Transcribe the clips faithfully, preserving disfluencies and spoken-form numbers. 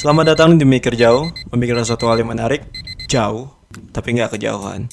Selamat datang di Mikir Jauh, memikirkan suatu hal yang menarik, jauh, tapi nggak kejauhan.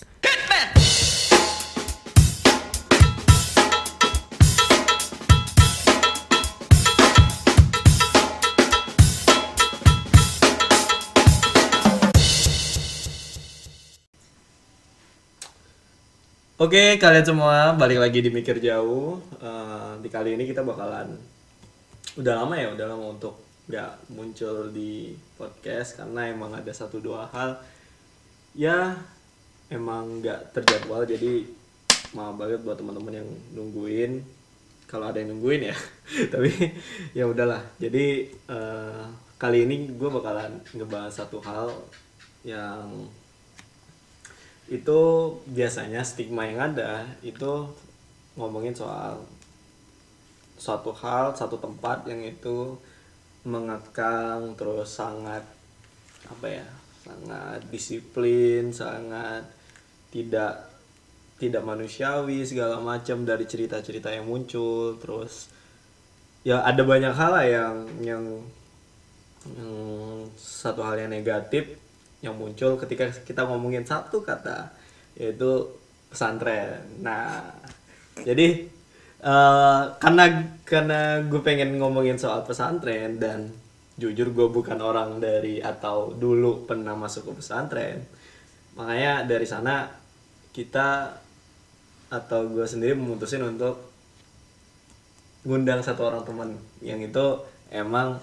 Oke, kalian semua balik lagi di Mikir Jauh. Uh, di kali ini kita bakalan, udah lama ya, udah lama untuk nggak muncul di podcast karena emang ada satu dua hal ya emang nggak terjadwal, jadi maaf banget buat teman-teman yang nungguin, kalau ada yang nungguin ya. Tapi ya udahlah. Jadi uh, kali ini gue bakalan ngebahas satu hal yang itu biasanya stigma yang ada itu ngomongin soal suatu hal, satu tempat yang itu mengekang, terus sangat apa ya, sangat disiplin, sangat tidak tidak manusiawi segala macam dari cerita-cerita yang muncul. Terus ya ada banyak hal lah yang yang yang satu hal yang negatif yang muncul ketika kita ngomongin satu kata, yaitu pesantren. Nah, jadi uh, karena karena gue pengen ngomongin soal pesantren, dan jujur gue bukan orang dari atau dulu pernah masuk ke pesantren, makanya dari sana kita atau gue sendiri memutusin untuk ngundang satu orang teman yang itu emang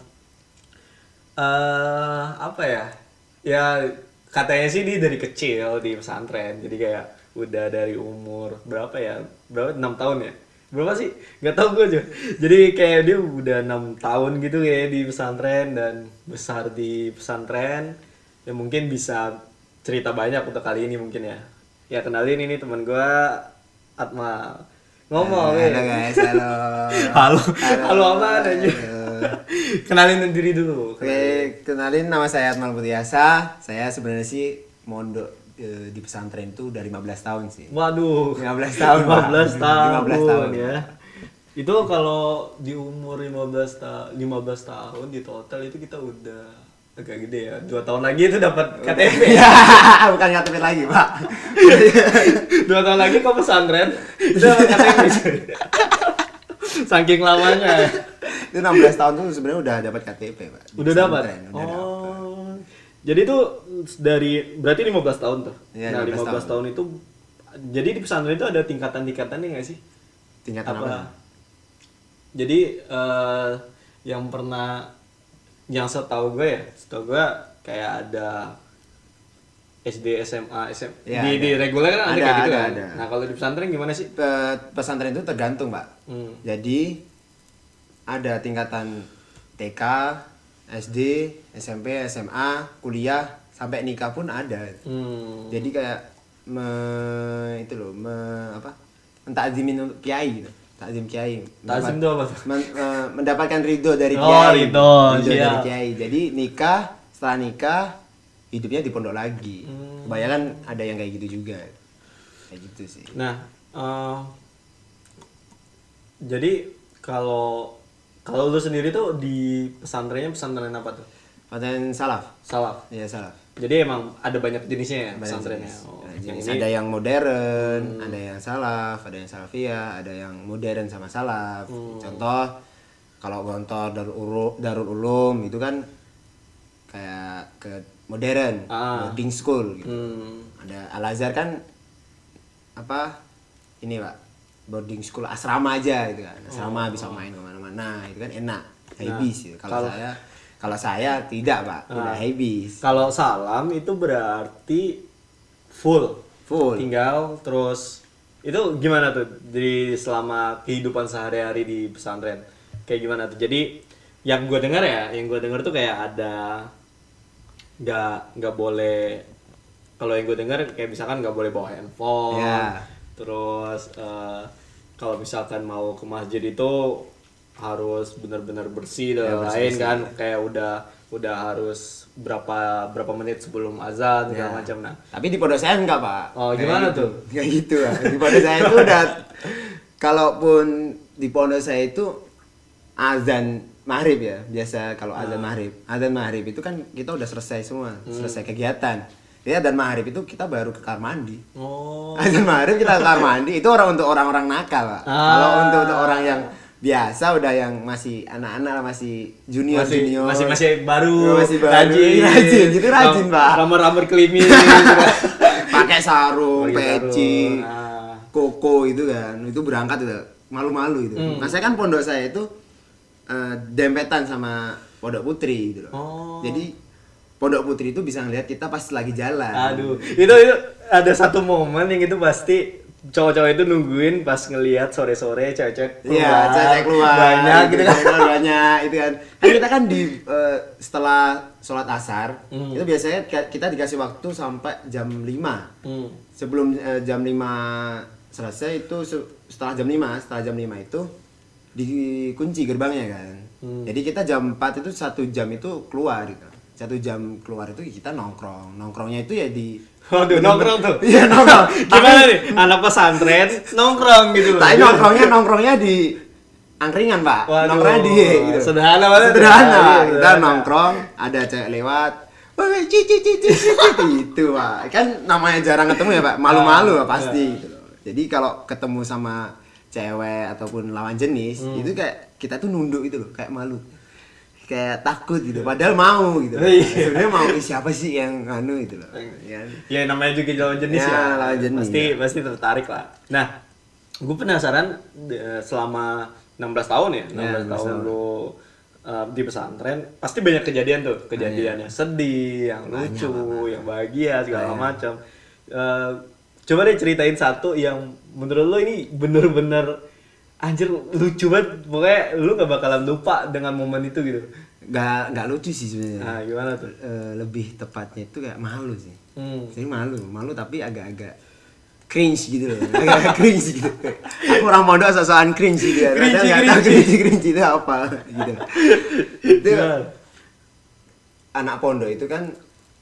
uh, apa ya ya katanya sih dia dari kecil di pesantren, jadi kayak udah dari umur berapa ya, berapa enam tahun ya, berapa sih nggak tahu gue juga. Jadi kayak dia udah enam tahun gitu kayak di pesantren dan besar di pesantren, ya mungkin bisa cerita banyak untuk kali ini mungkin ya. Ya kenalin, ini teman gue, Atmal. Ngomong halo, halo guys, halo. halo halo halo apa aja. Kenalin diri dulu. Oke, okay, kenalin, nama saya Atmal Putiasa. Saya sebenarnya sih mondok e, di pesantren itu udah lima belas tahun sih. Waduh, lima belas tahun. lima belas tahun. lima belas tahun ya. Itu kalau di umur lima belas ta- lima belas tahun di total itu kita udah agak gede ya. dua tahun lagi itu dapat K T P. Bukan K T P lagi, Pak. dua tahun lagi kok pesantren itu dapat K T P. Saking lamanya. Itu enam belas tahun tuh sebenarnya udah dapat K T P, Pak. Udah dapat. Udah oh. Dapet. Jadi itu dari berarti lima belas tahun tuh. Ya, nah, lima belas lima belas tahun. tahun itu jadi di pesantren itu ada tingkatan-tingkatannya enggak sih? Tingkatan apa? apa? Jadi uh, yang pernah yang setahu gue ya, setahu gue kayak ada S D, S M A, S M A. Ya, di, di reguler kan ada, ada kayak gitu ada, kan. Ada. Nah, kalau di pesantren gimana sih? Pesantren itu tergantung, Pak. Hmm. Jadi ada tingkatan T K, S D, S M P, S M A, kuliah, sampai nikah pun ada. Hmm. Jadi kayak me, itu loh, me, apa? Mentakzimin untuk kiai gitu. Takzim kiai. Takzim itu apa tuh? Men, uh, mendapatkan ridho dari oh, kiai. Ridho, ridho iya. dari kiai. Jadi nikah, setelah nikah hidupnya di pondok lagi. Hmm. Kebanyakan ada yang kayak gitu juga. Kayak gitu sih. Nah, uh, jadi kalau kalau lu sendiri tuh di pesantrennya pesantren apa tuh? Pesantren salaf. Salaf. Iya, salaf. Jadi emang ada banyak jenisnya ya pesantrennya. Oh, nah, jenis yang ini... ada yang modern, hmm. ada yang salaf, ada yang salafiyah, ada yang modern sama salaf. Hmm. Contoh kalau Gontor Darul Ulum, Darul Ulum itu kan kayak ke modern, ah. boarding school gitu. Hmm. Ada Al Azhar kan apa? Ini, Pak. Boarding school asrama aja gitu kan. Asrama oh. bisa main kemana-mana, itu kan enak. Habis nah, gitu. Kalau saya Kalau saya tidak, Pak, tidak nah, habis. Kalau salam itu berarti full, full. Tinggal terus itu gimana tuh di selama kehidupan sehari-hari di pesantren? Kayak gimana tuh? Jadi yang gue dengar ya, yang gue dengar tuh kayak ada nggak nggak boleh, kalau yang gue dengar kayak misalkan nggak boleh bawa handphone. Yeah. Terus uh, kalau misalkan mau ke masjid itu harus benar-benar bersih dan ya, lain kan, kayak udah udah harus berapa berapa menit sebelum azan segala ya. macam. Nah, tapi di pondok saya enggak, Pak. Oh, gimana kayak tuh? Kayak gitu lah. Di pondok saya itu udah kalaupun di pondok saya itu azan maghrib ya, biasa kalau azan Ah. maghrib. Azan maghrib itu kan kita udah selesai semua, Hmm. selesai kegiatan. Ya dan maghrib itu kita baru ke kamar mandi. Oh. Azan maghrib kita ke kamar mandi itu orang untuk orang-orang nakal, Pak. Ah. Kalau untuk, untuk orang yang biasa udah yang masih anak-anak masih junior masih, junior masih masih baru, masih baru rajin, rajin gitu rajin Ram- Pak. Ramar-ramar klimis, gitu kan. Pakai sarung, Pakai peci, sarung, ah. koko itu kan, itu berangkat itu malu-malu itu. Hmm. Nah saya kan pondok saya itu eh, dempetan sama pondok putri gitu loh. Oh. Jadi pondok putri itu bisa ngeliat kita pas lagi jalan. Aduh, itu itu ada satu momen yang itu pasti cowok-cowok itu nungguin pas ngelihat sore-sore cewek-cewek Iya, cewek keluar banyak gitu kan. cewek keluar banyak itu kan. Kan kita kan di eh, setelah sholat asar Hmm. itu biasanya ki- kita dikasih waktu sampai jam lima. Hmm. Sebelum eh, jam lima selesai itu se- setelah jam lima, setelah jam lima itu dikunci gerbangnya kan. Hmm. Jadi kita jam empat itu satu jam itu keluar gitu. Satu jam keluar itu kita nongkrong. Nongkrongnya itu ya di Waduh, nongkrong tuh. Iya nongkrong. Gimana nih? Anak pesantren nongkrong gitu loh. Tapi nongkrongnya nongkrongnya di angkringan Pak. Waduh, Nongkrongnya di gitu. sederhana banget. Sederhana. Iya, Kita sederhana. nongkrong, ada cewek lewat. Woi, cici cici cici itu Pak. Kan namanya jarang ketemu ya Pak. Malu-malu Ah, Pak, pasti iya. gitu loh. Jadi kalau ketemu sama cewek ataupun lawan jenis, Hmm. itu kayak kita tuh nunduk gitu loh, kayak malu. Kayak takut gitu, padahal mau gitu. Iya. Sebenarnya mau "Ih, siapa sih yang anu gitu loh. Ya. Ya namanya juga lawan jenis Ya, ya. lawan jenis, Pasti ya. pasti tertarik lah. Nah, gue penasaran de- selama enam belas tahun ya, enam belas Ya, enam belas tahun tahun. lo uh, di pesantren, pasti banyak kejadian tuh, kejadian yang sedih, yang Banyak, lucu, banyak. yang bahagia segala Banyak. macam. Uh, coba deh ceritain satu yang menurut lo ini bener-bener anjir lucu banget, pokoknya lu gak bakalan lupa dengan momen itu gitu. Gak, gak lucu sih sebenarnya. Nah, gimana tuh? Eh, lebih tepatnya itu kayak malu sih. Hmm. Jadi malu, malu tapi agak-agak cringe gitu loh. Agak cringe gitu. Aku orang pondok sok-sokan cringe gitu ya. Cringe, Padahal nggak tahu cringe. cringe, cringe itu apa gitu. Itu Gimana? anak pondok itu kan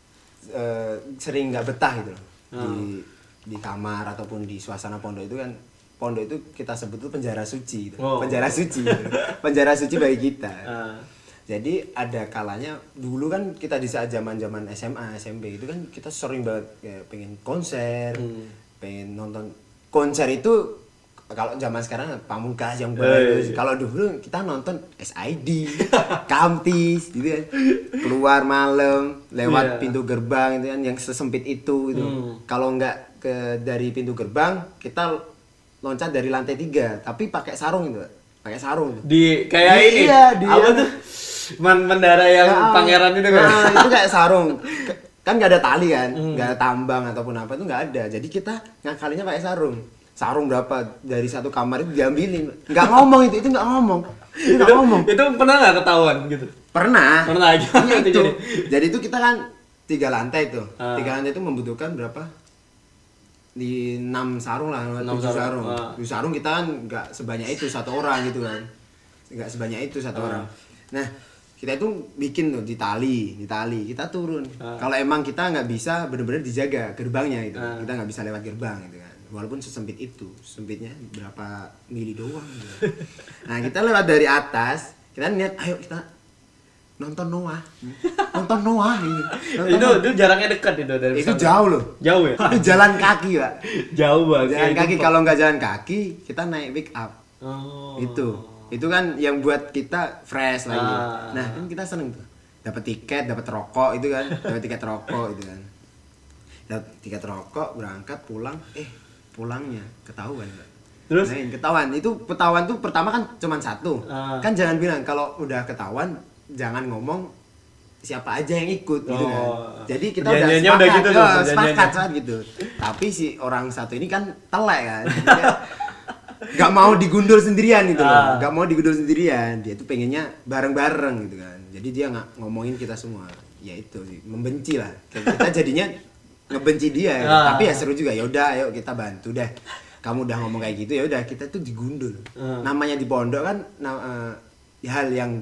eh, sering nggak betah gitu loh. Di di kamar ataupun di suasana pondok itu kan, pondok itu kita sebut tuh penjara suci gitu. Oh. Penjara suci. Gitu. Penjara suci bagi kita. Ah. Jadi ada kalanya dulu kan kita di saat zaman-zaman S M A, S M P itu kan kita sering banget kayak pengen konser, Hmm. pengen nonton konser itu kalau zaman sekarang Pamungkas yang Eh, bagus. iya. Kalau dulu kita nonton S I D, Kamtis gitu kan. Keluar malam lewat Iya. pintu gerbang itu kan yang sesempit itu gitu. Hmm. Kalau nggak ke dari pintu gerbang, kita loncat dari lantai tiga tapi pakai sarung gitu. Pakai sarung. Di kayak Di- ini iya, di- apa tuh man mendara yang Nah, pangeran itu kan. nah, itu kayak sarung. Ke- Kan nggak ada tali kan, Hmm. nggak ada tambang ataupun apa itu nggak ada. Jadi kita ngakalinya pakai sarung. Sarung berapa dari satu kamar itu diambilin. Nggak ngomong itu, itu nggak ngomong. Itu nggak itu, ngomong. itu pernah nggak ketahuan gitu? Pernah. Pernah, gimana Iya, itu itu. jadi? Jadi itu kita kan tiga lantai tuh. Ah. Tiga lantai itu membutuhkan berapa? Di enam sarung lah, Enam tujuh sarung. sarung. Ah. Tujuh sarung kita kan nggak sebanyak itu satu orang gitu kan. Nggak sebanyak itu satu Ah. orang. Nah, kita itu bikin tuh di tali, di tali. Kita turun. Ah. Kalau emang kita nggak bisa bener-bener dijaga gerbangnya gitu. Ah. Kita nggak bisa lewat gerbang gitu kan. Walaupun sesempit itu, sempitnya berapa mili doang gitu. Nah, kita lewat dari atas, kita niat ayo kita nonton Noah. Nonton Noah ini. Nonton itu Noah. itu jaraknya dekat itu dari Itu pesantren. jauh loh. Jauh ya? Itu jalan kaki, Pak. Jauh banget. Jalan Kayak kaki, itu- kalau nggak jalan kaki, kita naik pick up. Oh. Itu. Itu kan yang buat kita fresh lagi. Ah. Nah, kan kita seneng tuh. Dapat tiket, dapat rokok itu kan. Dapat tiket rokok itu kan. Dapat tiket rokok, berangkat pulang, eh pulangnya ketahuan, Pak. Terus? Nah, ketahuan. Itu ketahuan tuh pertama kan cuma satu. Ah. Kan jangan bilang kalau udah ketahuan jangan ngomong siapa aja yang ikut gitu kan. Oh. Jadi kita udah Perjanjiannya sepakat, udah gitu tuh, oh, perjanjiannya. sepakat saat gitu. Tapi si orang satu ini kan telek kan. Dia gak mau digundul sendirian gitu loh. Ah. Gak mau digundul sendirian. Dia tuh pengennya bareng-bareng gitu kan. Jadi dia nggak ngomongin kita semua. Ya itu sih, membenci lah. Kita jadinya ngebenci dia. Ya. Ah. Tapi ya seru juga. Ya udah, ayo kita bantu deh. Kamu udah ngomong kayak gitu ya udah kita tuh digundul. Ah. Namanya di pondok kan na- eh, hal yang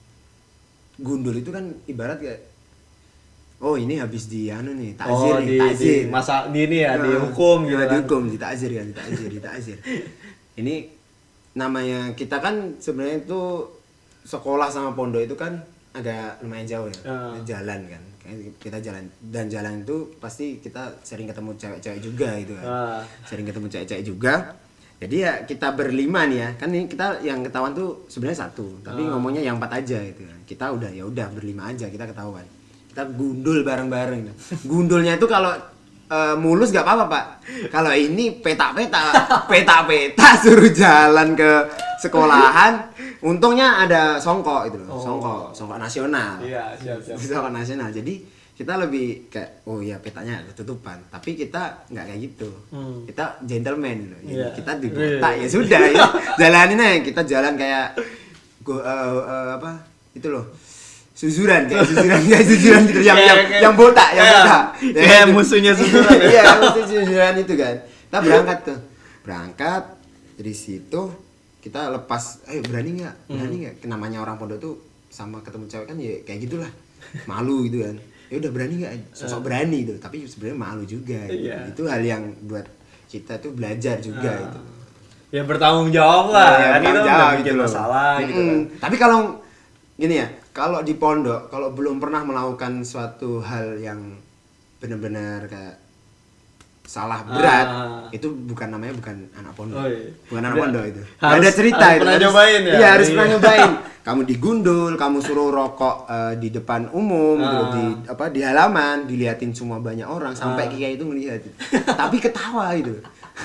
gundul itu kan ibarat kayak oh ini habis di anu nih takzir Oh, nih di, takzir di masa di ini ya, Nah, dihukum gitu ya, kan. dihukum di takzir ya di takzir di takzir ini namanya kita kan sebenarnya itu sekolah sama pondok itu kan agak lumayan jauh ya, Uh. jalan kan. Kita jalan dan jalan itu pasti kita sering ketemu cewek-cewek juga gitu kan. Uh. Sering ketemu cewek-cewek juga. Jadi ya kita berlima nih ya. Kan ini kita yang ketahuan tuh sebenarnya satu, tapi Uh. ngomongnya yang empat aja gitu kan. Kita udah ya udah berlima aja kita ketahuan. Kita gundul bareng-bareng. Gundulnya itu kalau uh, mulus gak apa-apa, Pak. Kalau ini peta-peta, peta-peta suruh jalan ke sekolahan. Untungnya ada songkok itu loh, Oh. songkok, songkok nasional. Iya, siap siap. Songkok nasional. Jadi kita lebih kayak oh iya petanya ketutupan, tapi kita nggak kayak gitu. Hmm. Kita gentleman loh. Jadi Iya. kita dibuka ya sudah ya. Jalanin aja, kita jalan kayak go, uh, uh, apa? Itu loh. Suzuran kayak suzuran kayak suzuran gitu yang yang Kayak- yang botak, yang kayak- botak. kayak musuhnya suzuran ya? Iya, musuh suzuran itu kan. Kita berangkat tuh. Berangkat dari situ kita lepas, ayo berani nggak? Berani nggak? Namanya orang pondok tuh sama ketemu cewek kan ya kayak gitulah. Malu gitu kan. Ya udah berani nggak? Sosok berani gitu, tapi sebenarnya malu juga. Gitu. Iya. Itu hal yang buat kita tuh belajar juga Ah. itu. Ya bertanggung jawab lah, Ya, kan itu bertanggung nggak jawab bikin gitu loh. masalah gitu kan. Mm-mm. Tapi kalau gini ya, kalau di pondok, kalau belum pernah melakukan suatu hal yang benar-benar kayak salah berat, Ah. itu bukan namanya bukan anak pondok. Oh, iya. Bukan anak Udah. pondok itu. Nggak Harus- ada cerita harus itu. pernah nyobain ya? Iya, harus Iya. pernah nyobain. Kamu digundul, kamu suruh rokok eh, di depan umum, Ah. gitu, di apa di halaman, diliatin semua banyak orang sampai Ah. kiai itu ngelihat. Tapi ketawa itu.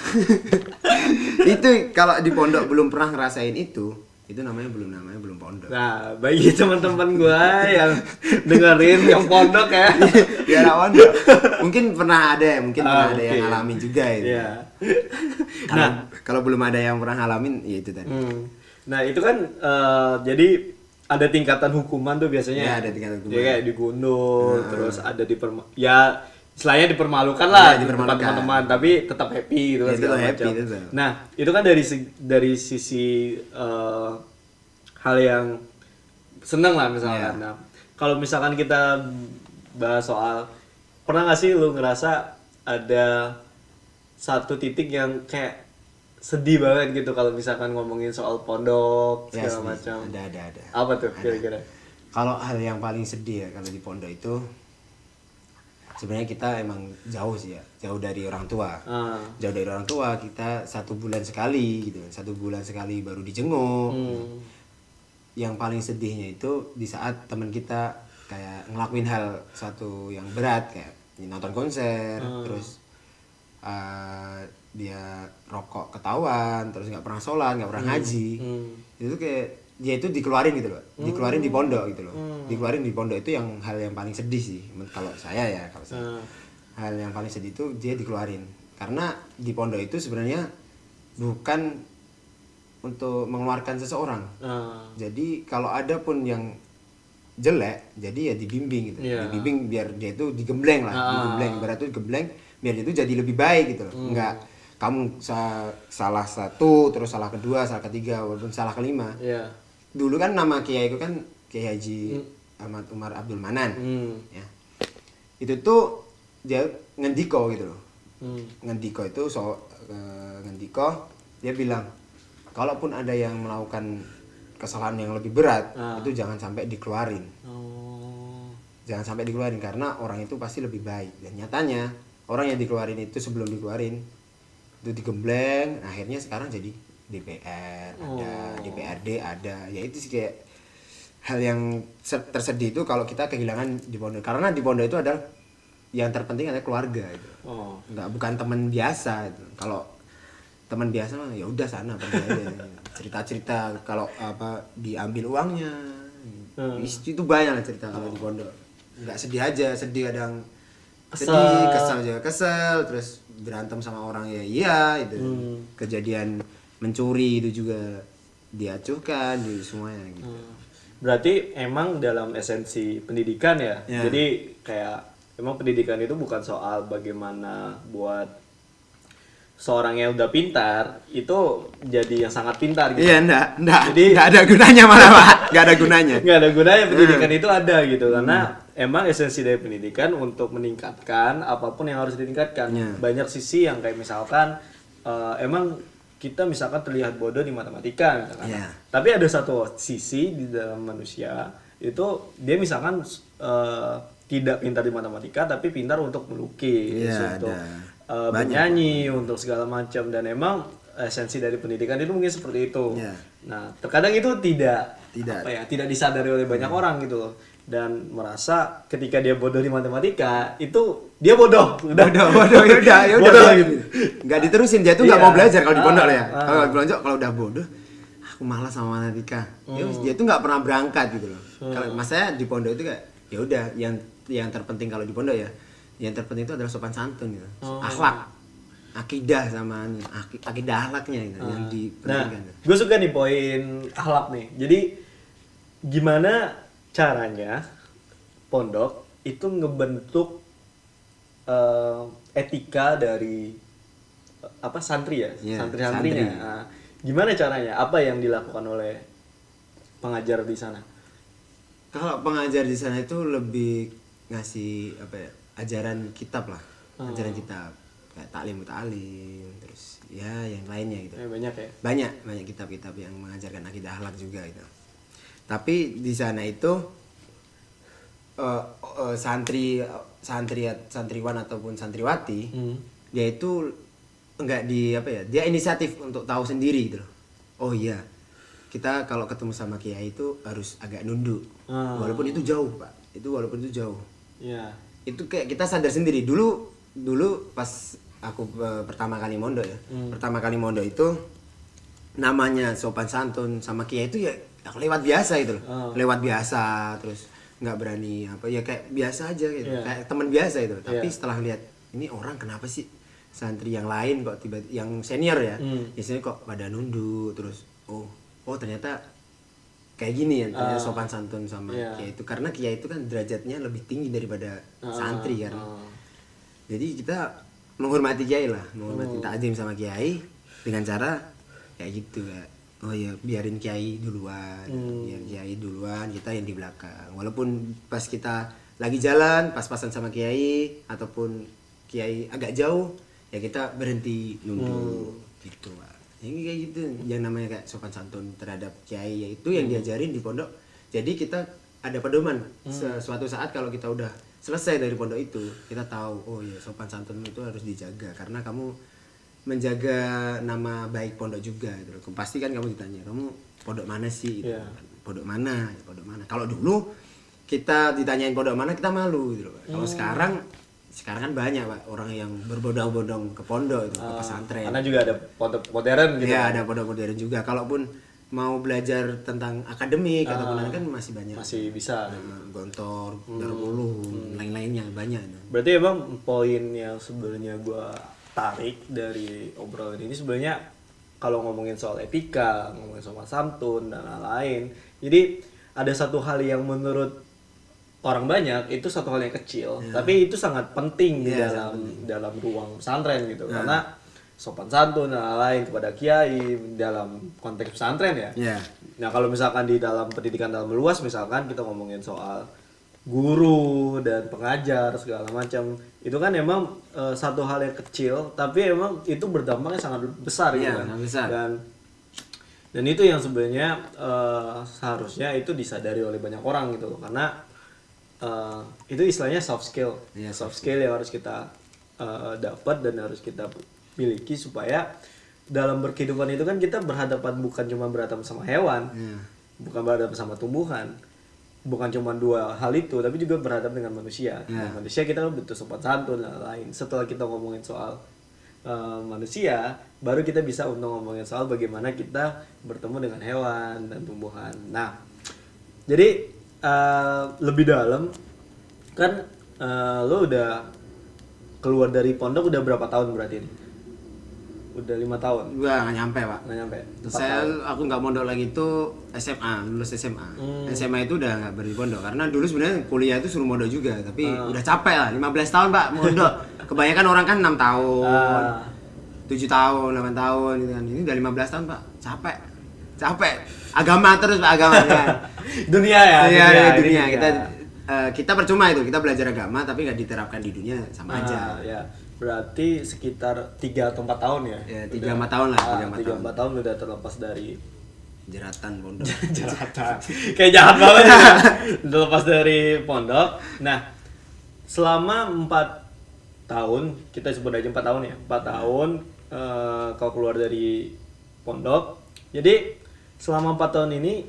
Itu kalau di pondok belum pernah ngerasain itu, itu namanya belum namanya belum pondok. Nah, bagi teman-teman gua yang dengerin yang pondok ya. Ya anak pondok. Mungkin pernah ada ya, mungkin Ah, pernah ada yang mungkin. ngalamin juga itu. Iya. Kalau Nah, kalau belum ada yang pernah ngalamin, ya itu tadi. hmm. Nah, itu kan eh, jadi ada tingkatan hukuman tuh biasanya. Ya, ada tingkatan hukuman. Jadi kayak digundul, Nah. terus ada di ya istilahnya dipermalukan lah Ya, di depan dipermalukan. teman-teman, tapi tetap happy gitu kan Ya, segala tetap happy, macam. tetap. Nah, itu kan dari segi- dari sisi eh, hal yang seneng lah misalkan. Ya. Nah, kalau misalkan kita bahas soal pernah nggak sih lu ngerasa ada satu titik yang kayak sedih banget gitu kalau misalkan ngomongin soal pondok Ya, segala sedih. macam. Ada ada ada. Apa tuh Ada. kira-kira? Kalau hal yang paling sedih ya kalau di pondok itu sebenarnya kita emang jauh sih ya, jauh dari orang tua. Ah. Jauh dari orang tua, kita satu bulan sekali gitu. Satu bulan sekali baru dijenguk. Hmm. Yang paling sedihnya itu di saat teman kita kayak ngelakuin hal satu yang berat kayak nonton konser, Hmm. terus uh, dia rokok ketahuan, terus nggak pernah sholat, nggak pernah ngaji. Hmm. Itu kayak dia itu dikeluarin gitu loh, dikeluarin di pondok gitu loh, Hmm. dikeluarin di pondok itu yang hal yang paling sedih sih men- kalau saya ya, kalau saya. Ah. Hal yang paling sedih itu dia dikeluarin karena di pondok itu sebenarnya bukan untuk mengeluarkan seseorang. Ah. Jadi kalau ada pun yang jelek, jadi ya dibimbing gitu, Iya. dibimbing biar dia itu digembleng lah, Ah. digembleng, ibarat itu digembleng biar dia itu jadi lebih baik gitu loh, Hmm. enggak kamu sa- salah satu terus salah kedua salah ketiga walaupun salah kelima. Iya. Dulu kan nama kiai itu kan Kiai Haji Ahmad Umar Abdul Manan, Hmm. ya itu tuh dia ngendiko gitu loh, Hmm. ngendiko itu so eh, ngendiko dia bilang kalaupun ada yang melakukan kesalahan yang lebih berat Ah. itu jangan sampai dikeluarin, Oh. jangan sampai dikeluarin karena orang itu pasti lebih baik. Dan nyatanya orang yang dikeluarin itu sebelum dikeluarin itu digembleng, akhirnya sekarang jadi D P R ada, Oh. D P R D ada, ya itu sih kayak hal yang se- tersedih itu kalau kita kehilangan di pondok, karena di pondok itu adalah yang terpenting adalah keluarga itu. Oh. Nggak, bukan teman biasa itu. Kalau teman biasa mah ya udah sana pergi aja. Cerita-cerita kalau apa diambil uangnya. Hmm. Itu banyak lah cerita kalau di pondok. Nggak sedih aja, sedih kadang Kesel. sedih, kesel juga kesel, terus berantem sama orang ya iya itu. Hmm. Kejadian mencuri itu juga diacuhkan di semuanya gitu. Hmm. Berarti emang dalam esensi pendidikan ya. Ya. Jadi kayak emang pendidikan itu bukan soal bagaimana buat seorang yang udah pintar itu jadi yang sangat pintar gitu. Iya, enggak, enggak. Jadi- Enggak ada gunanya malah, Pak. Enggak ada gunanya. Nggak ada gunanya Hmm. pendidikan itu ada gitu karena emang esensi dari pendidikan untuk meningkatkan apapun yang harus ditingkatkan. Ya. Banyak sisi yang kayak misalkan eh, emang kita misalkan terlihat bodoh di matematika misalkan. Iya. Tapi ada satu sisi di dalam manusia itu dia misalkan uh, tidak pintar di matematika tapi pintar untuk melukis, Iya, untuk ada. uh, bernyanyi, untuk segala macam, dan emang esensi dari pendidikan itu mungkin seperti itu. Iya. Nah, terkadang itu tidak Tidak. apa ya, tidak disadari oleh banyak orang gitu loh. Dan merasa ketika dia bodoh di matematika itu dia bodoh. Udah Bodoh, bodoh, ya udah, ya udah. Bodoh lagi. Nggak diterusin, dia tuh nggak Iya. mau belajar kalau di pondok Ah, ya. ah. Kalau di pondok kalau udah bodoh, aku malas sama matematika. Ya wis, dia tuh nggak pernah berangkat gitu loh. Kalau mas saya di pondok itu kayak ya udah, yang yang terpenting kalau di pondok ya, yang terpenting itu adalah sopan santun gitu. Akhlak, akidah sama anu, aki- akidah akhlaknya gitu yang Nah, dipentingkan. gue suka nih poin akhlak nih. Jadi gimana caranya pondok itu ngebentuk eh, etika dari eh, apa santri ya, Iya, santri-santrinya. santri. Nah, gimana caranya? Apa yang dilakukan oleh pengajar di sana? Kalau pengajar di sana itu lebih ngasih apa ya, ajaran kitab lah, ajaran kitab kayak taklim ta'lim, terus ya yang lainnya gitu. Eh, banyak ya. Banyak banyak kitab-kitab yang mengajarkan akidah akhlak juga gitu. Tapi di sana itu eh, eh, santri santri santriwan ataupun santriwati Hmm. dia itu enggak di apa ya, dia inisiatif untuk tahu sendiri gitu loh. Oh iya, kita kalau ketemu sama kiai itu harus agak nunduk. Ah. Walaupun itu jauh, Pak. Itu walaupun itu jauh. Ya. Itu kayak kita sadar sendiri. Dulu dulu pas aku eh, pertama kali mondok ya. Pertama kali mondok itu namanya sopan santun sama kiai itu ya, ya lewat biasa itu loh. Ah. Lewat biasa, terus nggak berani apa ya, kayak biasa aja gitu. Iya. Kayak teman biasa itu. Tapi Iya. setelah lihat ini orang kenapa sih santri yang lain kok tiba yang senior ya, Hmm. biasanya kok pada nunduk terus oh oh ternyata kayak gini ya, ternyata Ah. sopan santun sama Iya. kiai itu, karena kiai itu kan derajatnya lebih tinggi daripada santri kan. Ah. Jadi kita menghormati kiai lah, menghormati Oh. takzim sama kiai dengan cara kayak gitu ya. Oh ya, biarin kiai duluan, Hmm. biar kiai duluan, kita yang di belakang. Walaupun pas kita lagi jalan, pas-pasan sama kiai ataupun kiai agak jauh, ya kita berhenti nunduk gitu, Pak. Ini kayak gitu, yang namanya kayak sopan santun terhadap kiai, yaitu yang diajarin di pondok. Jadi kita ada pedoman. Se- Suatu saat kalau kita udah selesai dari pondok itu, kita tahu oh ya sopan santun itu harus dijaga karena kamu menjaga nama baik pondok juga gitu loh. Pasti kan kamu ditanya, kamu pondok mana sih? Gitu. Iya. Pondok mana? Ya, pondok mana? Kalau dulu kita ditanyain pondok mana kita malu gitu loh, Pak. Kalau sekarang sekarang kan banyak, Pak, orang yang berbondong-bondong ke pondok itu, ke pesantren. Karena juga ada pondok modern gitu. Iya, ada pondok modern juga. Kalaupun mau belajar tentang akademik ataupun lain kan masih banyak. Masih bisa. Nah, Gontor, Darul Ulum, lain-lainnya banyak. Berarti emang poin yang sebenarnya gua tarik dari obrolan ini sebenarnya kalau ngomongin soal etika, ngomongin soal santun dan lain-lain. Jadi ada satu hal yang menurut orang banyak itu satu hal yang kecil, tapi itu sangat penting di Iya, dalam dalam ruang pesantren gitu. Karena sopan santun dan lain-lain kepada kiai dalam konteks pesantren ya. Iya. Nah, kalau misalkan di dalam pendidikan dalam luas misalkan kita ngomongin soal guru dan pengajar segala macam, itu kan emang eh, satu hal yang kecil tapi emang itu berdampaknya sangat besar gitu Iya, kan. sangat besar. Dan dan itu yang sebenarnya eh, seharusnya itu disadari oleh banyak orang gitu loh, karena eh, itu istilahnya soft skill. Iya, soft skill yang harus kita eh, dapat dan harus kita miliki supaya dalam berkehidupan itu kan kita berhadapan bukan cuma berhadapan sama hewan, Iya. bukan berhadapan sama tumbuhan, bukan cuma dua hal itu, tapi juga berhadapan dengan manusia. Ya. Nah, manusia kita butuh sopan santun dan lain. Setelah kita ngomongin soal uh, manusia, baru kita bisa untuk ngomongin soal bagaimana kita bertemu dengan hewan dan tumbuhan. Nah, jadi uh, lebih dalam kan uh, lo udah keluar dari pondok udah berapa tahun berarti ini? Udah lima tahun? Gua nggak nyampe, Pak. Nggak nyampe? Empat Saya tahun. aku nggak mondok lagi itu S M A, lulus S M A. Hmm. S M A itu udah nggak berhenti pondok karena dulu sebenarnya kuliah itu suruh mondok juga, tapi udah capek lah. lima belas tahun, Pak, mondok. Kebanyakan orang kan enam tahun, Ah. tujuh tahun, delapan tahun gitu kan. Ini udah lima belas tahun, Pak. Capek. Capek. Agama terus, Pak, agama kan. Dunia ya? Iya, dunia, iya, ini dunia. Kita eh, kita percuma itu, kita belajar agama tapi nggak diterapkan di dunia sama aja. Ah, ya. Berarti sekitar tiga atau empat tahun ya? Ya, tiga empat tahun lah, tiga empat tiga tahun. empat tahun udah terlepas dari Jeratan pondok. jeratan. Kayak jahat banget ya. Terlepas dari pondok. Nah, selama empat tahun, kita sebut aja empat tahun ya. empat tahun uh, kau keluar dari pondok. Jadi, selama empat tahun ini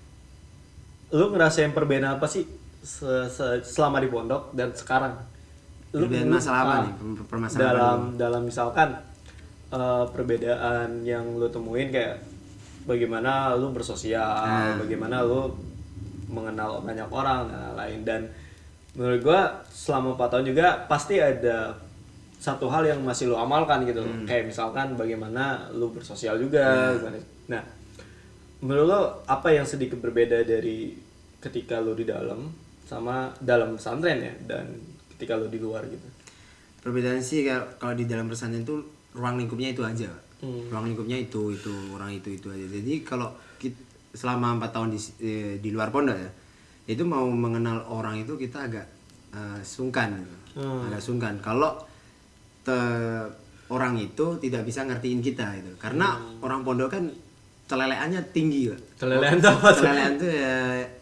lu ngerasain perbedaan apa sih se- se- selama di pondok dan sekarang? Lu Perbedaan masalah apa ah, nih? Permasalahan apa dalam dulu? dalam misalkan uh, perbedaan yang lu temuin kayak bagaimana lu bersosial, Ah. bagaimana lu mengenal banyak orang dan lain, dan menurut gua selama empat tahun juga pasti ada satu hal yang masih lu amalkan gitu. Hmm. Kayak misalkan bagaimana lu bersosial juga, gimana. Nah, menurut lo apa yang sedikit berbeda dari ketika lu di dalam sama dalam pesantren ya dan ketika lu di luar gitu? Perbedaan sih kalau kalau di dalam pesantren itu ruang lingkupnya itu aja. Hmm. Ruang lingkupnya itu itu orang itu itu aja. Jadi kalau kita, selama empat tahun di eh, di luar pondok ya, itu mau mengenal orang itu kita agak eh, sungkan gitu. Hmm. Agak sungkan kalau te- orang itu tidak bisa ngertiin kita gitu. Karena Hmm. orang pondok kan celeleannya tinggi, Pak. Kelelehan tuh apa tuh? Celelean tuh ya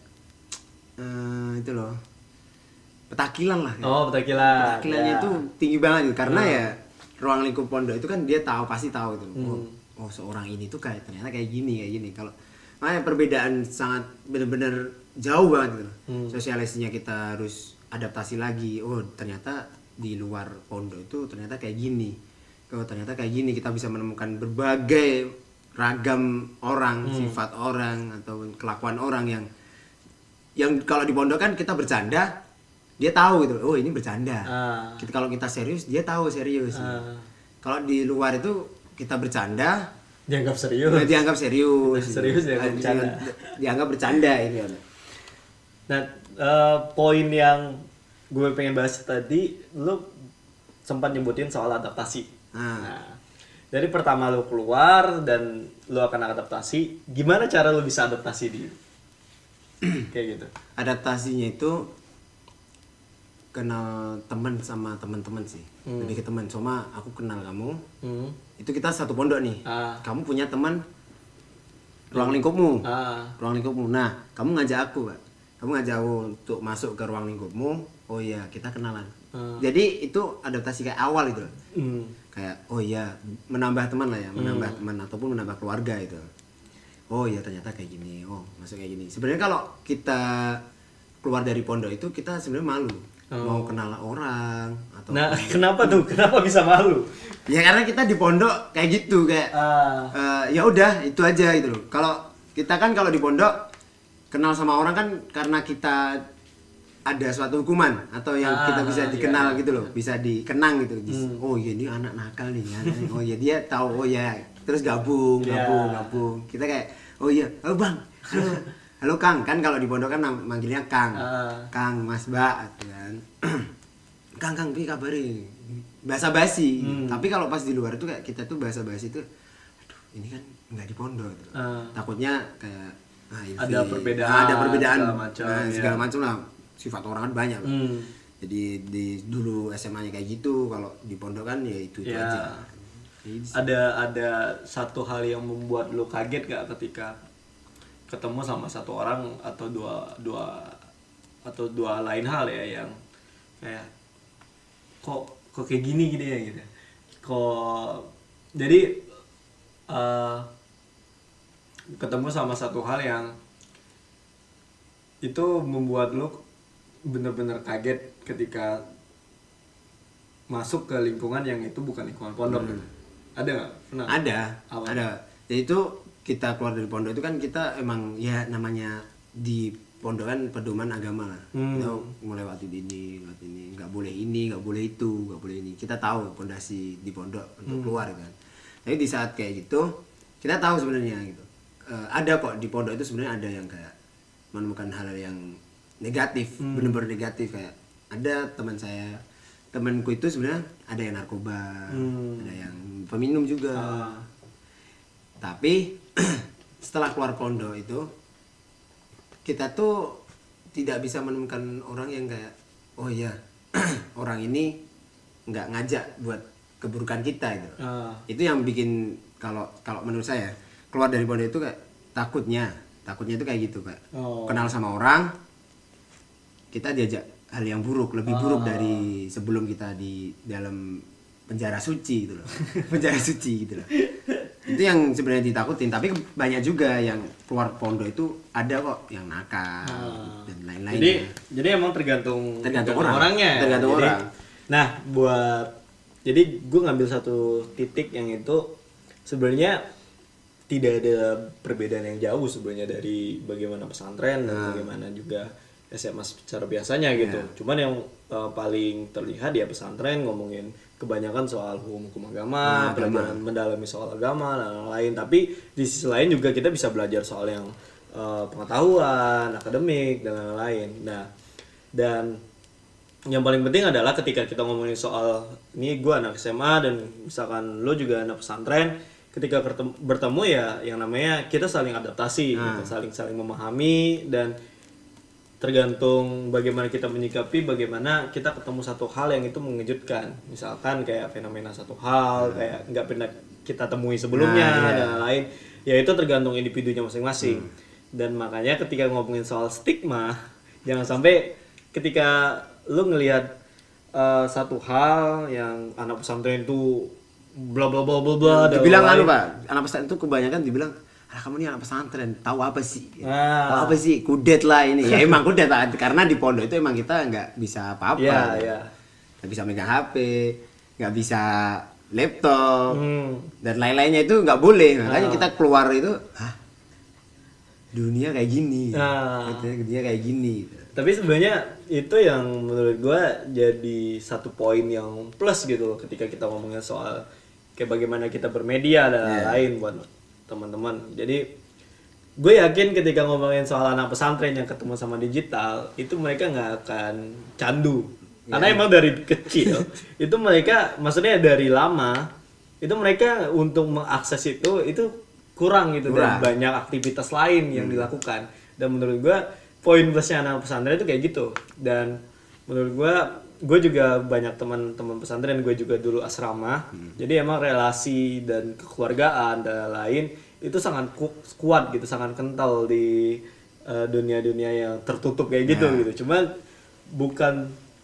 eh, itu loh. Petakilan lah. Ya. Oh, petakilan. Petakilannya Ya. itu tinggi banget gitu. Karena ya ruang lingkup pondok itu kan dia tahu pasti tahu itu. Hmm. Oh, oh seorang ini tuh kayak ternyata kayak gini kayak gini. Kalau makanya perbedaan sangat benar-benar jauh banget gitu. Hmm. Sosialisasinya kita harus adaptasi lagi. Oh, ternyata di luar pondok itu ternyata kayak gini. Oh, ternyata kayak gini kita bisa menemukan berbagai ragam orang, Hmm. sifat orang atau kelakuan orang yang yang kalau di pondok kan kita bercanda, dia tahu gitu. Oh, ini bercanda. Ah. Kita kalau kita serius, dia tahu serius. Ah. Kalau di luar itu kita bercanda, Dianggap serius. dia dianggap serius. Serius dianggap Ah, bercanda. Dianggap bercanda ini. Nah, eh, poin yang gue pengen bahas tadi, lu sempat nyebutin soal adaptasi. Ah. Nah, dari pertama lu keluar dan lu akan adaptasi, gimana cara lu bisa adaptasi di kayak gitu? Adaptasinya itu kenal teman sama teman-teman sih. Hmm. Lebih ke teman. Cuma aku kenal kamu. Hmm. Itu kita satu pondok nih. Ah. Kamu punya teman ruang lingkupmu. Ah. Ruang lingkupmu. Nah, kamu ngajak aku, Pak. Kamu ngajak aku untuk masuk ke ruang lingkupmu. Oh iya, kita kenalan. Ah. Jadi itu adaptasi kayak awal itu. Hmm. Kayak oh iya, menambah teman lah ya, menambah teman ataupun menambah keluarga itu. Oh iya, ternyata kayak gini. Oh, masuk kayak gini. Sebenarnya kalau kita keluar dari pondok itu kita sebenarnya malu. Oh. Mau kenal orang atau Nah, kenapa tuh? Kenapa bisa malu? ya karena kita di pondok kayak gitu kayak Ah. eh, ya udah itu aja gitu loh. Kalau kita kan kalau di pondok kenal sama orang kan karena kita ada suatu hukuman atau yang Ah, kita bisa iya, dikenal iya. gitu loh, bisa dikenang gitu. Hmm. Oh iya ini anak nakal nih. Anak nih. Oh iya dia tahu. Oh iya terus gabung, Iya. gabung, gabung. Kita kayak oh iya, halo Bang. Halo. Halo Kang, kan kalau di pondok kan nam- manggilnya Kang. Ah. Kang, Mas, Mbak gitu kan. Kang, Kang, piye kabare? Bahasa basi. Hmm. Tapi kalau pas di luar itu kayak kita tuh bahasa basi itu aduh, ini kan nggak di pondok gitu. Ah. Takutnya kayak ah, ilfil. Ada perbedaan, Ah, ada perbedaan segala macam, Nah, ya. segala macam lah. Sifat orang kan banyak. Pak. Hmm. Jadi di dulu S M A-nya kayak gitu, kalau di pondok kan ya itu, itu Ya. aja. Jadi, Ada ada satu hal yang membuat lu kaget gak ketika ketemu sama satu orang atau dua dua atau dua lain hal ya yang kayak kok kok kayak gini gini ya gitu. Kok jadi eh, ketemu sama satu hal yang itu membuat lu bener-bener kaget ketika masuk ke lingkungan yang itu bukan lingkungan pondok gitu. Ada nggak? Pernah? ada, Apa? ada. Jadi itu kita keluar dari pondok itu kan kita emang ya namanya di pondok kan pedoman agama lah. Hmm. Kita melewati ini, lewat ini, nggak boleh ini, nggak boleh itu, nggak boleh ini. Kita tahu pondasi di pondok untuk Hmm. keluar kan. Tapi di saat kayak gitu kita tahu sebenarnya gitu. Eh, ada kok di pondok itu sebenarnya ada yang kayak menemukan hal yang negatif, Hmm. bener-bener negatif kayak ada teman saya, temanku itu sebenarnya ada yang narkoba, Hmm. ada yang peminum juga. Ah. Tapi setelah keluar pondok itu kita tuh tidak bisa menemukan orang yang kayak oh iya orang ini nggak ngajak buat keburukan kita itu. Ah. Itu yang bikin kalau kalau menurut saya keluar dari pondok itu kayak takutnya, takutnya itu kayak gitu Pak. Oh. Kenal sama orang, kita diajak hal yang buruk, lebih buruk dari sebelum kita di dalam penjara suci gitu loh. Penjara suci gitu loh. Itu yang sebenarnya ditakutin, tapi banyak juga yang keluar pondok itu ada kok yang nakal Ah. dan lain-lain. Jadi jadi emang tergantung Tergantung orang. orangnya. Tergantung Jadi, orang. Nah, buat jadi gue ngambil satu titik yang itu sebenarnya tidak ada perbedaan yang jauh sebenarnya dari bagaimana pesantren dan Nah. bagaimana juga S M A secara biasanya gitu. Cuman yang uh, paling terlihat ya pesantren ngomongin kebanyakan soal hukum-hukum agama, Nah, pelajaran mendalami soal agama dan lain-lain. Tapi di sisi lain juga kita bisa belajar soal yang uh, pengetahuan, akademik dan lain-lain. Nah, dan yang paling penting adalah ketika kita ngomongin soal ini gue anak S M A dan misalkan lo juga anak pesantren, ketika bertemu, bertemu ya yang namanya kita saling adaptasi, gitu, saling saling memahami dan tergantung bagaimana kita menyikapi, bagaimana kita ketemu satu hal yang itu mengejutkan, misalkan kayak fenomena satu hal kayak nggak pernah kita temui sebelumnya Nah, iya. dan lain, ya itu tergantung individunya masing-masing. Dan makanya ketika ngomongin soal stigma, jangan sampai ketika lu ngelihat uh, satu hal yang anak pesantren itu bla bla bla bla bla dan Dibilang lain-lain. anu Pak, anak pesantren itu kebanyakan dibilang, ah kamu ini anak pesantren, tahu apa sih? Ah. Tahu apa sih? Kudet lah ini. Ya emang kudet Pak, karena di pondok itu emang kita nggak bisa apa-apa. Iya, iya. Nggak bisa megang H P, nggak bisa laptop, Hmm. dan lain-lainnya itu nggak boleh. Makanya kita keluar itu, hah? Dunia kayak gini. Ah. Katanya dunia kayak gini. Tapi sebenarnya itu yang menurut gue jadi satu poin yang plus gitu loh ketika kita ngomongin soal kayak bagaimana kita bermedia dan lain-lain buat teman-teman. Jadi gue yakin ketika ngomongin soal anak pesantren yang ketemu sama digital itu mereka nggak akan candu. Karena emang dari kecil itu mereka maksudnya dari lama itu mereka untuk mengakses itu itu kurang gitu dan Kurang. banyak aktivitas lain yang dilakukan. Dan menurut gue poin plusnya anak pesantren itu kayak gitu. Dan menurut gue gue juga banyak teman-teman pesantren, gue juga dulu asrama. Jadi emang relasi dan kekeluargaan dan lain itu sangat ku- kuat gitu, sangat kental di uh, dunia-dunia yang tertutup kayak gitu gitu. Cuman bukan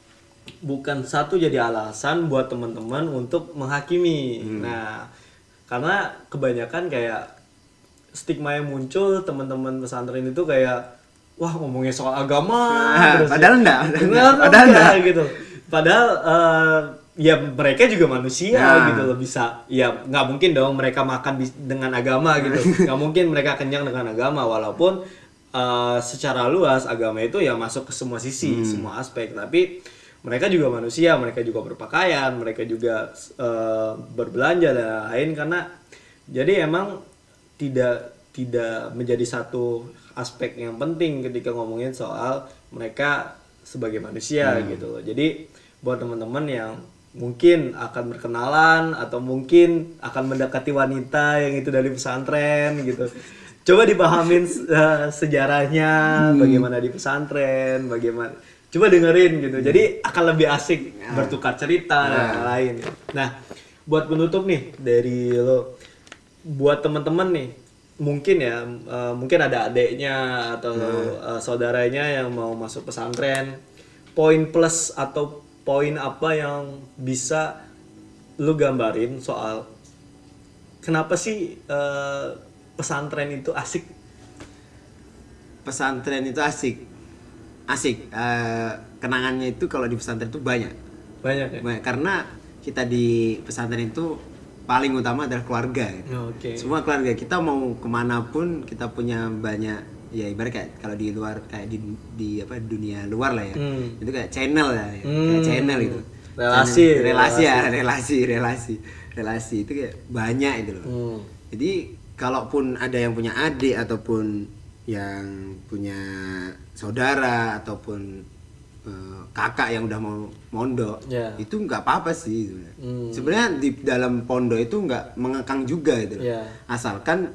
bukan satu jadi alasan buat teman-teman untuk menghakimi. Nah, karena kebanyakan kayak stigma yang muncul teman-teman pesantren itu kayak wah ngomongin soal agama Nah, terus padahal ya. enggak, Padahal padahal enggak, enggak. gitu. Padahal eh, ya mereka juga manusia Nah. gitu loh, bisa ya nggak mungkin dong mereka makan bis- dengan agama gitu. Nggak mungkin mereka kenyang dengan agama walaupun eh, secara luas agama itu ya masuk ke semua sisi, semua aspek. Tapi mereka juga manusia, mereka juga berpakaian, mereka juga eh, berbelanja dan lain karena jadi emang tidak tidak menjadi satu aspek yang penting ketika ngomongin soal mereka sebagai manusia gitu loh. Jadi buat teman-teman yang mungkin akan berkenalan atau mungkin akan mendekati wanita yang itu dari pesantren gitu. Coba dipahamin uh, sejarahnya, bagaimana di pesantren, bagaimana coba dengerin gitu. Jadi akan lebih asik bertukar cerita dan lain. Nah, buat penutup nih dari lo, buat teman-teman nih, mungkin ya, uh, mungkin ada adeknya atau uh, saudaranya yang mau masuk pesantren, poin plus atau poin apa yang bisa lu gambarin soal kenapa sih uh, pesantren itu asik? Pesantren itu asik, asik. Eh, kenangannya itu kalau di pesantren itu banyak, Banyak ya? banyak. Karena kita di pesantren itu paling utama adalah keluarga. Gitu. Oke. Semua keluarga kita mau kemana pun kita punya banyak, ya ibarat kayak kalau di luar kayak di di apa dunia luar lah ya, Hmm. itu kayak channel ya, ya. Hmm. kayak channel itu. Relasi, Channel- relasi ya, relasi, relasi, relasi itu kayak banyak itu loh. Hmm. Jadi kalaupun ada yang punya adik ataupun yang punya saudara ataupun eh, kakak yang udah mau mondok, Ya. itu nggak apa-apa sih sebenarnya. Hmm. Sebenarnya di dalam pondok itu nggak mengekang juga itu, loh. Ya. Asalkan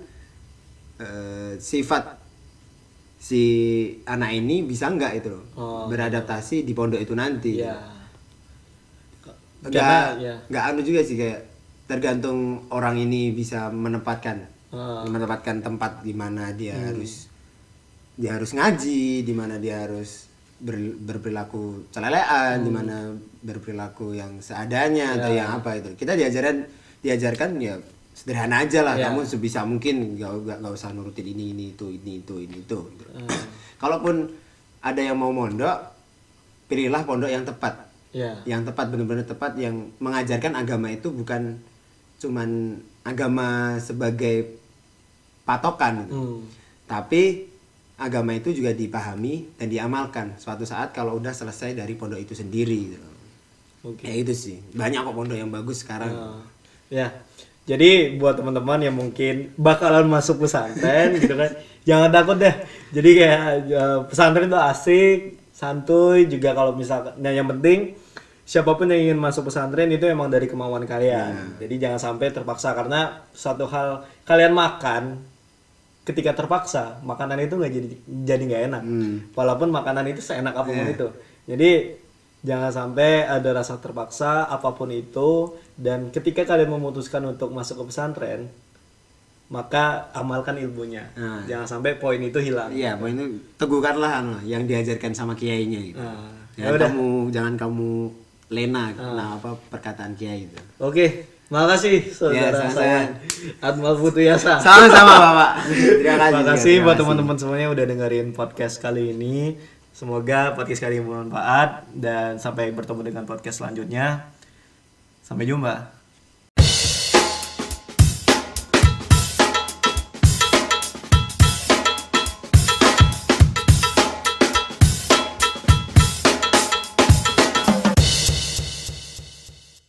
eh, sifat si anak ini bisa nggak itu loh Oh. beradaptasi di pondok itu nanti. Ya. Karena, nggak ya. nggak anu juga sih, kayak tergantung orang ini bisa menempatkan Ah. menempatkan tempat di mana dia Hmm. harus dia harus ngaji, di mana dia harus ber, berperilaku celelean, di mana berperilaku yang seadanya atau Ya. yang apa itu. Kita diajarkan diajarkan ya sederhana aja lah. Ya. Kamu sebisa mungkin nggak nggak nggak usah nurutin ini ini itu ini itu ini itu. gitu. Hmm. Kalaupun ada yang mau mondok, pilihlah pondok yang tepat. Ya. Yang tepat, benar-benar tepat, yang mengajarkan agama itu bukan cuman agama sebagai patokan gitu. Hmm. Tapi agama itu juga dipahami dan diamalkan suatu saat kalau udah selesai dari pondok itu sendiri gitu. Oke. Ya itu sih. Banyak kok pondok yang bagus sekarang. Nah, ya. Jadi buat teman-teman yang mungkin bakalan masuk pesantren gitu kan, jangan takut deh. Jadi kayak uh, pesantren itu asik, santuy juga kalau misalkan. Nah, yang penting siapapun yang ingin masuk pesantren itu emang dari kemauan kalian. Jadi jangan sampai terpaksa, karena satu hal kalian makan ketika terpaksa, makanan itu nggak jadi jadi nggak enak. Hmm. Walaupun makanan itu seenak apapun Yeah. itu. Jadi jangan sampai ada rasa terpaksa apapun itu, dan ketika kalian memutuskan untuk masuk ke pesantren, maka amalkan ilmunya. Nah. Jangan sampai poin itu hilang. Iya, poin itu teguhkanlah anu, yang diajarkan sama kiainya gitu. Nah, Jangan yaudah. kamu jangan kamu lena nah apa perkataan kiai itu. Oke, makasih Ya, saudara sama-sama. saya Atmal Putu Yasa. Sama-sama, Bapak. Terima kasih. Terima juga, kasih terima buat kasih. teman-teman semuanya udah dengerin podcast kali ini. Semoga podcast kali ini bermanfaat, dan sampai bertemu dengan podcast selanjutnya. Sampai jumpa.